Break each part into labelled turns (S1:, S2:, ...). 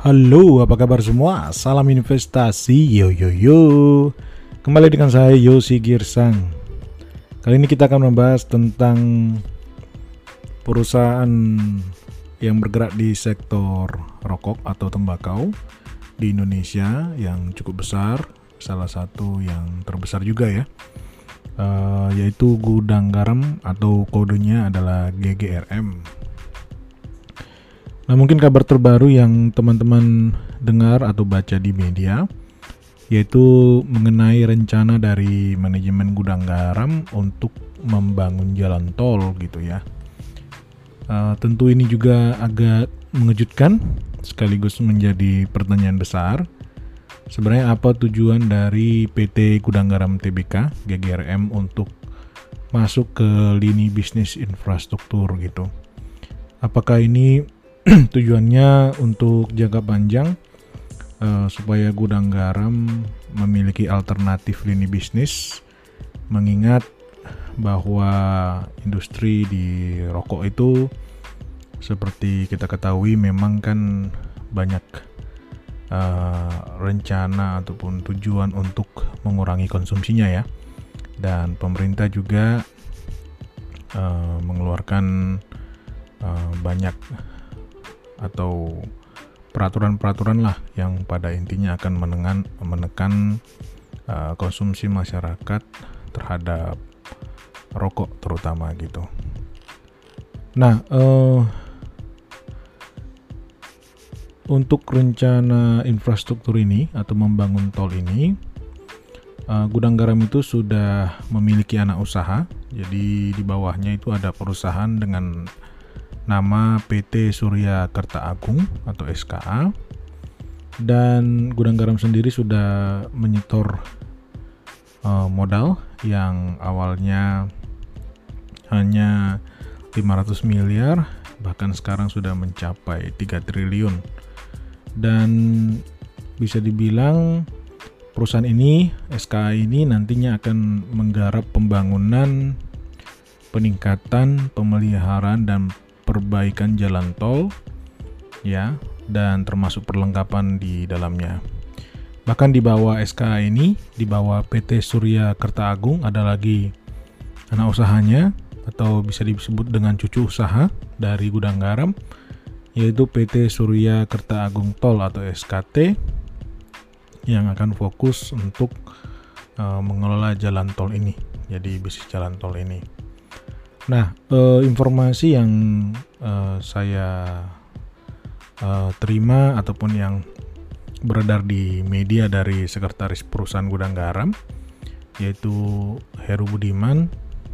S1: Halo, apa kabar semua? Salam investasi, yo yo yo. Kembali dengan saya Yosi Girsang. Kali ini kita akan membahas tentang perusahaan yang bergerak di sektor rokok atau tembakau di Indonesia yang cukup besar, salah satu yang terbesar juga ya, yaitu Gudang Garam atau kodenya adalah GGRM. Nah, mungkin kabar terbaru yang teman-teman dengar atau baca di media, yaitu mengenai rencana dari manajemen Gudang Garam untuk membangun jalan tol gitu ya. Tentu ini juga agak mengejutkan, sekaligus menjadi pertanyaan besar. Sebenarnya apa tujuan dari PT Gudang Garam Tbk GGRM untuk masuk ke lini bisnis infrastruktur gitu? Apakah ini tujuannya untuk jangka panjang supaya Gudang Garam memiliki alternatif lini bisnis, mengingat bahwa industri di rokok itu seperti kita ketahui memang kan banyak rencana ataupun tujuan untuk mengurangi konsumsinya ya, dan pemerintah juga mengeluarkan banyak atau peraturan-peraturan lah yang pada intinya akan menekan konsumsi masyarakat terhadap rokok terutama gitu. Nah, untuk rencana infrastruktur ini atau membangun tol ini, Gudang Garam itu sudah memiliki anak usaha. Jadi di bawahnya itu ada perusahaan dengan nama PT Surya Kerta Agung atau SKA, dan Gudang Garam sendiri sudah menyetor modal yang awalnya hanya 500 miliar, bahkan sekarang sudah mencapai 3 triliun. Dan bisa dibilang perusahaan ini, SKA ini nantinya akan menggarap pembangunan, peningkatan, pemeliharaan dan perbaikan jalan tol ya, dan termasuk perlengkapan di dalamnya. Bahkan di bawah SKA ini, di bawah PT Surya Kerta Agung ada lagi anak usahanya atau bisa disebut dengan cucu usaha dari Gudang Garam, yaitu PT Surya Kerta Agung Tol atau SKT, yang akan fokus untuk mengelola jalan tol ini, jadi bisnis jalan tol ini. Nah, informasi yang saya terima ataupun yang beredar di media dari sekretaris perusahaan Gudang Garam, yaitu Heru Budiman,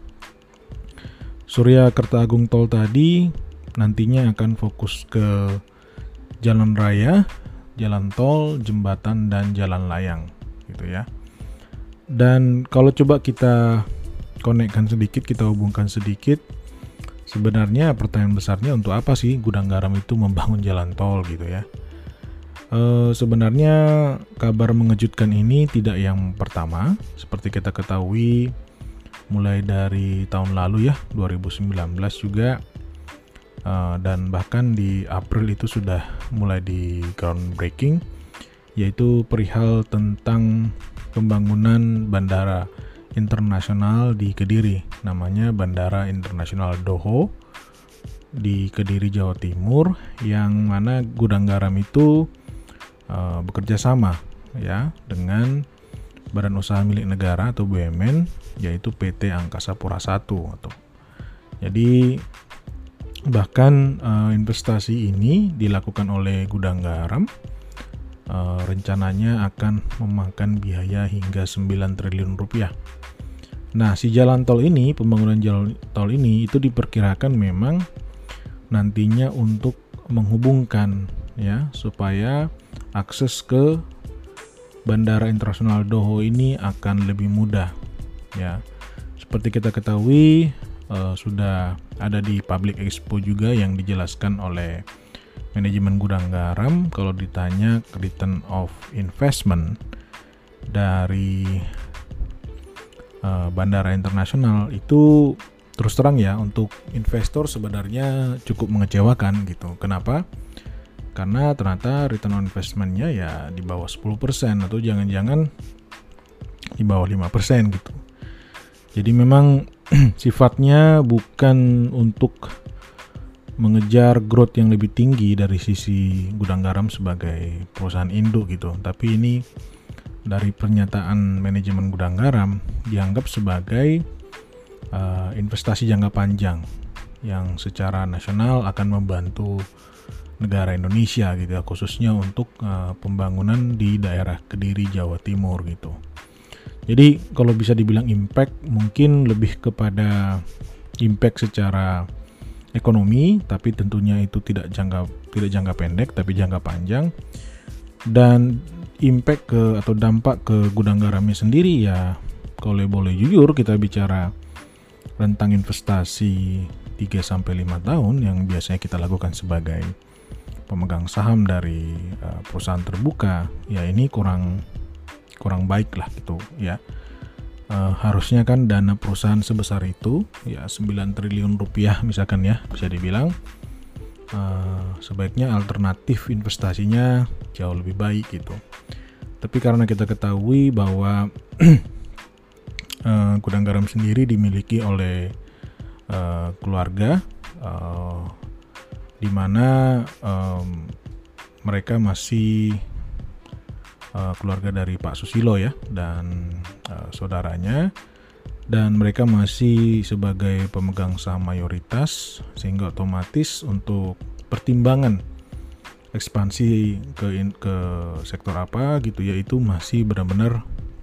S1: Surya Kerta Agung Tol tadi nantinya akan fokus ke jalan raya, jalan tol, jembatan, dan jalan layang gitu ya. Dan kalau coba kita konekkan sedikit, kita hubungkan sedikit, sebenarnya pertanyaan besarnya untuk apa sih Gudang Garam itu membangun jalan tol gitu ya. Sebenarnya kabar mengejutkan ini tidak yang pertama. Seperti kita ketahui, mulai dari tahun lalu ya, 2019 juga, dan bahkan di April itu sudah mulai di groundbreaking, yaitu perihal tentang pembangunan bandara internasional di Kediri, namanya Bandara Internasional Doho di Kediri, Jawa Timur, yang mana Gudang Garam itu bekerja sama ya dengan badan usaha milik negara atau BUMN, yaitu PT Angkasa Pura I atau. Jadi bahkan investasi ini dilakukan oleh Gudang Garam, rencananya akan memakan biaya hingga 9 triliun rupiah. Nah, si jalan tol ini, pembangunan jalan tol ini itu diperkirakan memang nantinya untuk menghubungkan ya, supaya akses ke Bandara Internasional Doho ini akan lebih mudah ya. Seperti kita ketahui, sudah ada di Public Expo juga yang dijelaskan oleh manajemen Gudang Garam. Kalau ditanya return of investment dari bandara internasional itu terus terang ya, untuk investor sebenarnya cukup mengecewakan gitu. Kenapa? karena ternyata return on investment-nya ya di bawah 10% atau jangan-jangan di bawah 5% gitu. Jadi memang sifatnya bukan untuk mengejar growth yang lebih tinggi dari sisi Gudang Garam sebagai perusahaan induk gitu, tapi ini dari pernyataan manajemen Gudang Garam dianggap sebagai investasi jangka panjang yang secara nasional akan membantu negara Indonesia gitu ya, khususnya untuk pembangunan di daerah Kediri, Jawa Timur gitu. Jadi kalau bisa dibilang impact, mungkin lebih kepada impact secara ekonomi, tapi tentunya itu tidak jangka pendek, tapi jangka panjang. Dan impact atau dampak ke Gudang Garamnya sendiri ya, kalau boleh jujur kita bicara rentang investasi 3-5 tahun yang biasanya kita lakukan sebagai pemegang saham dari perusahaan terbuka, ya ini kurang baik lah gitu ya. Harusnya kan dana perusahaan sebesar itu ya 9 triliun rupiah misalkan ya, bisa dibilang sebaiknya alternatif investasinya jauh lebih baik gitu. Tapi karena kita ketahui bahwa Gudang Garam sendiri dimiliki oleh keluarga di mana mereka masih keluarga dari Pak Susilo ya dan saudaranya, dan mereka masih sebagai pemegang saham mayoritas, sehingga otomatis untuk pertimbangan ekspansi ke sektor apa gitu ya, itu masih benar-benar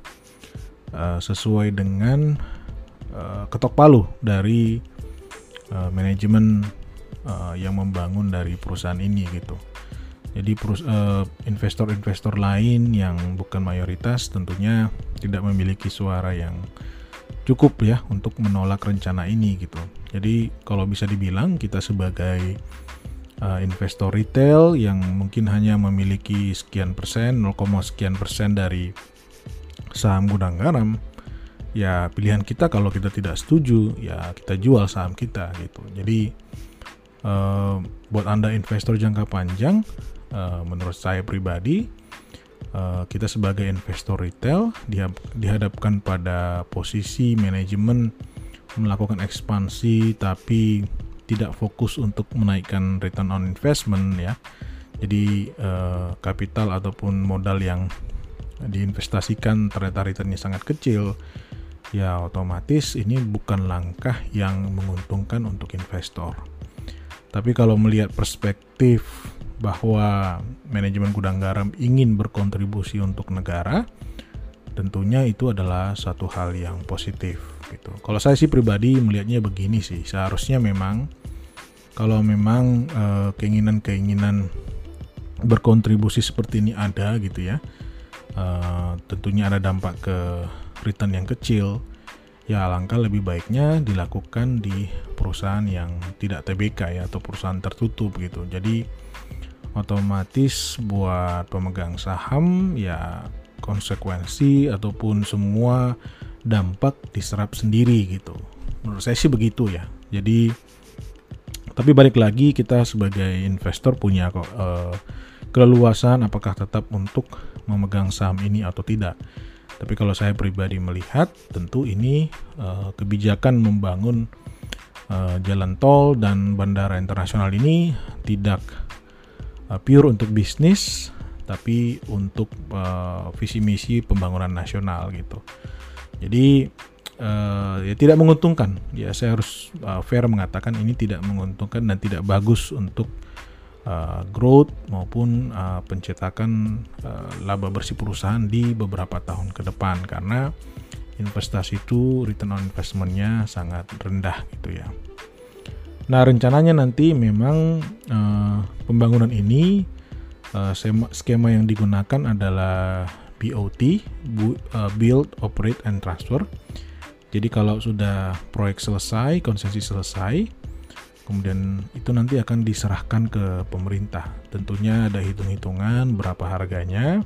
S1: sesuai dengan ketok palu dari manajemen yang membangun dari perusahaan ini gitu. Jadi investor-investor lain yang bukan mayoritas tentunya tidak memiliki suara yang cukup ya untuk menolak rencana ini gitu. Jadi kalau bisa dibilang kita sebagai investor retail yang mungkin hanya memiliki sekian persen, 0, sekian persen dari saham Gudang Garam, ya pilihan kita kalau kita tidak setuju ya kita jual saham kita gitu. Jadi buat Anda investor jangka panjang, menurut saya pribadi, kita sebagai investor retail dihadapkan pada posisi manajemen melakukan ekspansi tapi tidak fokus untuk menaikkan return on investment ya. Jadi kapital ataupun modal yang diinvestasikan ternyata returnnya sangat kecil, ya otomatis ini bukan langkah yang menguntungkan untuk investor. Tapi kalau melihat perspektif bahwa manajemen Gudang Garam ingin berkontribusi untuk negara, tentunya itu adalah satu hal yang positif gitu. Kalau saya sih pribadi melihatnya begini sih, seharusnya memang kalau memang keinginan berkontribusi seperti ini ada gitu ya, tentunya ada dampak ke return yang kecil, ya alangkah lebih baiknya dilakukan di perusahaan yang tidak TBK ya, atau perusahaan tertutup gitu. Jadi otomatis buat pemegang saham ya konsekuensi ataupun semua dampak diserap sendiri gitu. Menurut saya sih begitu ya. Jadi tapi balik lagi, kita sebagai investor punya keleluasan apakah tetap untuk memegang saham ini atau tidak. Tapi kalau saya pribadi melihat, tentu ini kebijakan membangun jalan tol dan bandara internasional ini tidak pure untuk bisnis, tapi untuk visi misi pembangunan nasional gitu. Jadi ya tidak menguntungkan. Ya saya harus fair mengatakan ini tidak menguntungkan dan tidak bagus untuk growth maupun pencetakan laba bersih perusahaan di beberapa tahun ke depan, karena investasi itu return on investment-nya sangat rendah gitu ya. Nah rencananya nanti memang pembangunan ini skema yang digunakan adalah BOT, Build, Operate, and Transfer. Jadi kalau sudah proyek selesai, konsesi selesai, kemudian itu nanti akan diserahkan ke pemerintah. Tentunya ada hitung-hitungan berapa harganya.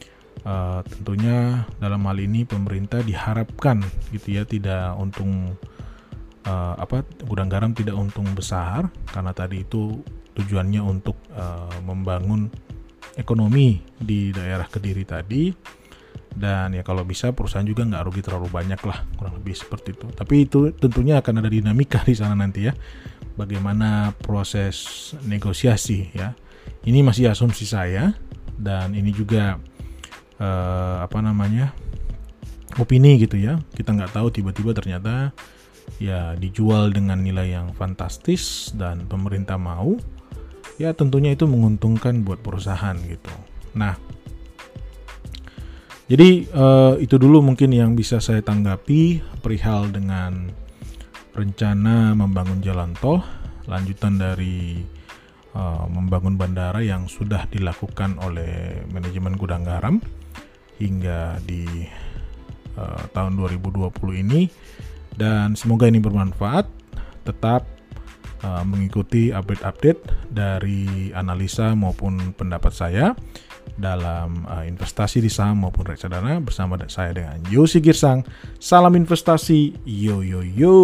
S1: Tentunya dalam hal ini pemerintah diharapkan gitu ya, tidak untung Gudang Garam tidak untung besar, karena tadi itu tujuannya untuk membangun ekonomi di daerah Kediri tadi. Dan ya kalau bisa perusahaan juga nggak rugi terlalu banyak lah, kurang lebih seperti itu. Tapi itu tentunya akan ada dinamika di sana nanti ya, bagaimana proses negosiasi ya. Ini masih asumsi saya, dan ini juga opini gitu ya. Kita nggak tahu, tiba-tiba ternyata ya dijual dengan nilai yang fantastis dan pemerintah mau, ya tentunya itu menguntungkan buat perusahaan gitu. Nah, jadi itu dulu mungkin yang bisa saya tanggapi perihal dengan rencana membangun jalan tol, lanjutan dari membangun bandara yang sudah dilakukan oleh manajemen Gudang Garam hingga di tahun 2020 ini. Dan semoga ini bermanfaat. Tetap mengikuti update-update dari analisa maupun pendapat saya dalam investasi di saham maupun reksadana bersama saya dengan Yosi Girsang. Salam investasi, yo yo yo.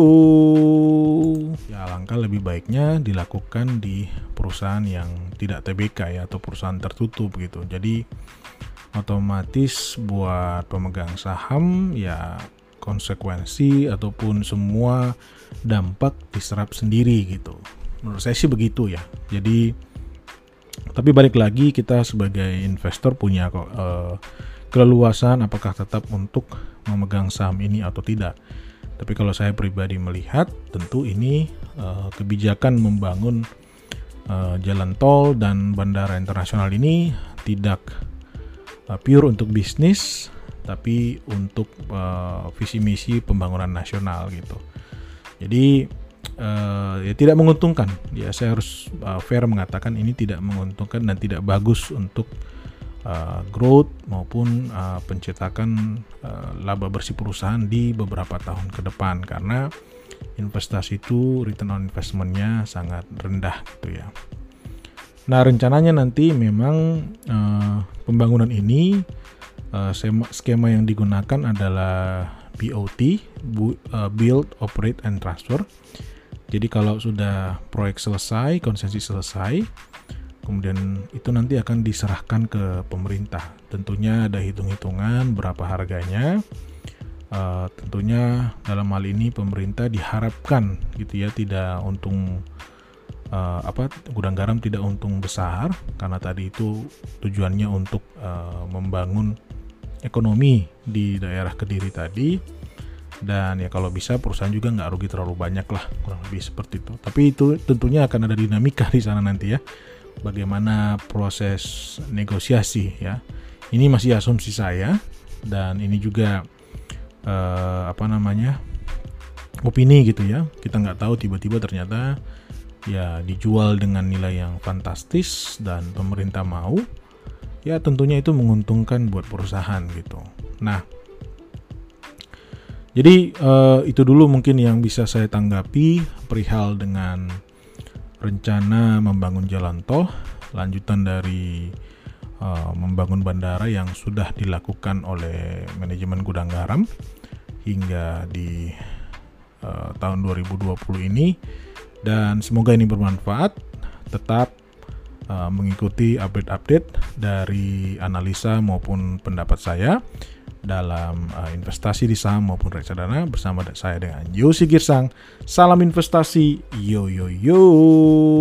S1: Ya, alangkah lebih baiknya dilakukan di perusahaan yang tidak TBK ya, atau perusahaan tertutup gitu. Jadi otomatis buat pemegang saham ya konsekuensi ataupun semua dampak diserap sendiri gitu. Menurut saya sih begitu ya. Jadi tapi balik lagi, kita sebagai investor punya keleluasan apakah tetap untuk memegang saham ini atau tidak. Tapi kalau saya pribadi melihat, tentu ini kebijakan membangun jalan tol dan bandara internasional ini tidak pure untuk bisnis, tapi untuk visi misi pembangunan nasional gitu. Jadi ya tidak menguntungkan. Ya saya harus fair mengatakan ini tidak menguntungkan dan tidak bagus untuk growth maupun pencetakan laba bersih perusahaan di beberapa tahun ke depan, karena investasi itu return on investment-nya sangat rendah gitu ya. Nah, rencananya nanti memang pembangunan ini skema yang digunakan adalah BOT, Build, Operate, and Transfer. Jadi kalau sudah proyek selesai, konsesi selesai, kemudian itu nanti akan diserahkan ke pemerintah. Tentunya ada hitung-hitungan berapa harganya. Tentunya dalam hal ini pemerintah diharapkan gitu ya, tidak untung Gudang Garam tidak untung besar, karena tadi itu tujuannya untuk membangun ekonomi di daerah Kediri tadi. Dan ya kalau bisa perusahaan juga nggak rugi terlalu banyak lah, kurang lebih seperti itu. Tapi itu tentunya akan ada dinamika di sana nanti ya, bagaimana proses negosiasi ya. Ini masih asumsi saya, dan ini juga opini gitu ya. Kita nggak tahu, tiba-tiba ternyata ya dijual dengan nilai yang fantastis dan pemerintah mau, ya tentunya itu menguntungkan buat perusahaan gitu. Nah, jadi itu dulu mungkin yang bisa saya tanggapi perihal dengan rencana membangun jalan tol, lanjutan dari membangun bandara yang sudah dilakukan oleh manajemen Gudang Garam hingga di tahun 2020 ini. Dan semoga ini bermanfaat. Tetap mengikuti update-update dari analisa maupun pendapat saya dalam investasi di saham maupun reksadana bersama saya dengan Yosi Girsang. Salam investasi, yo yo yo.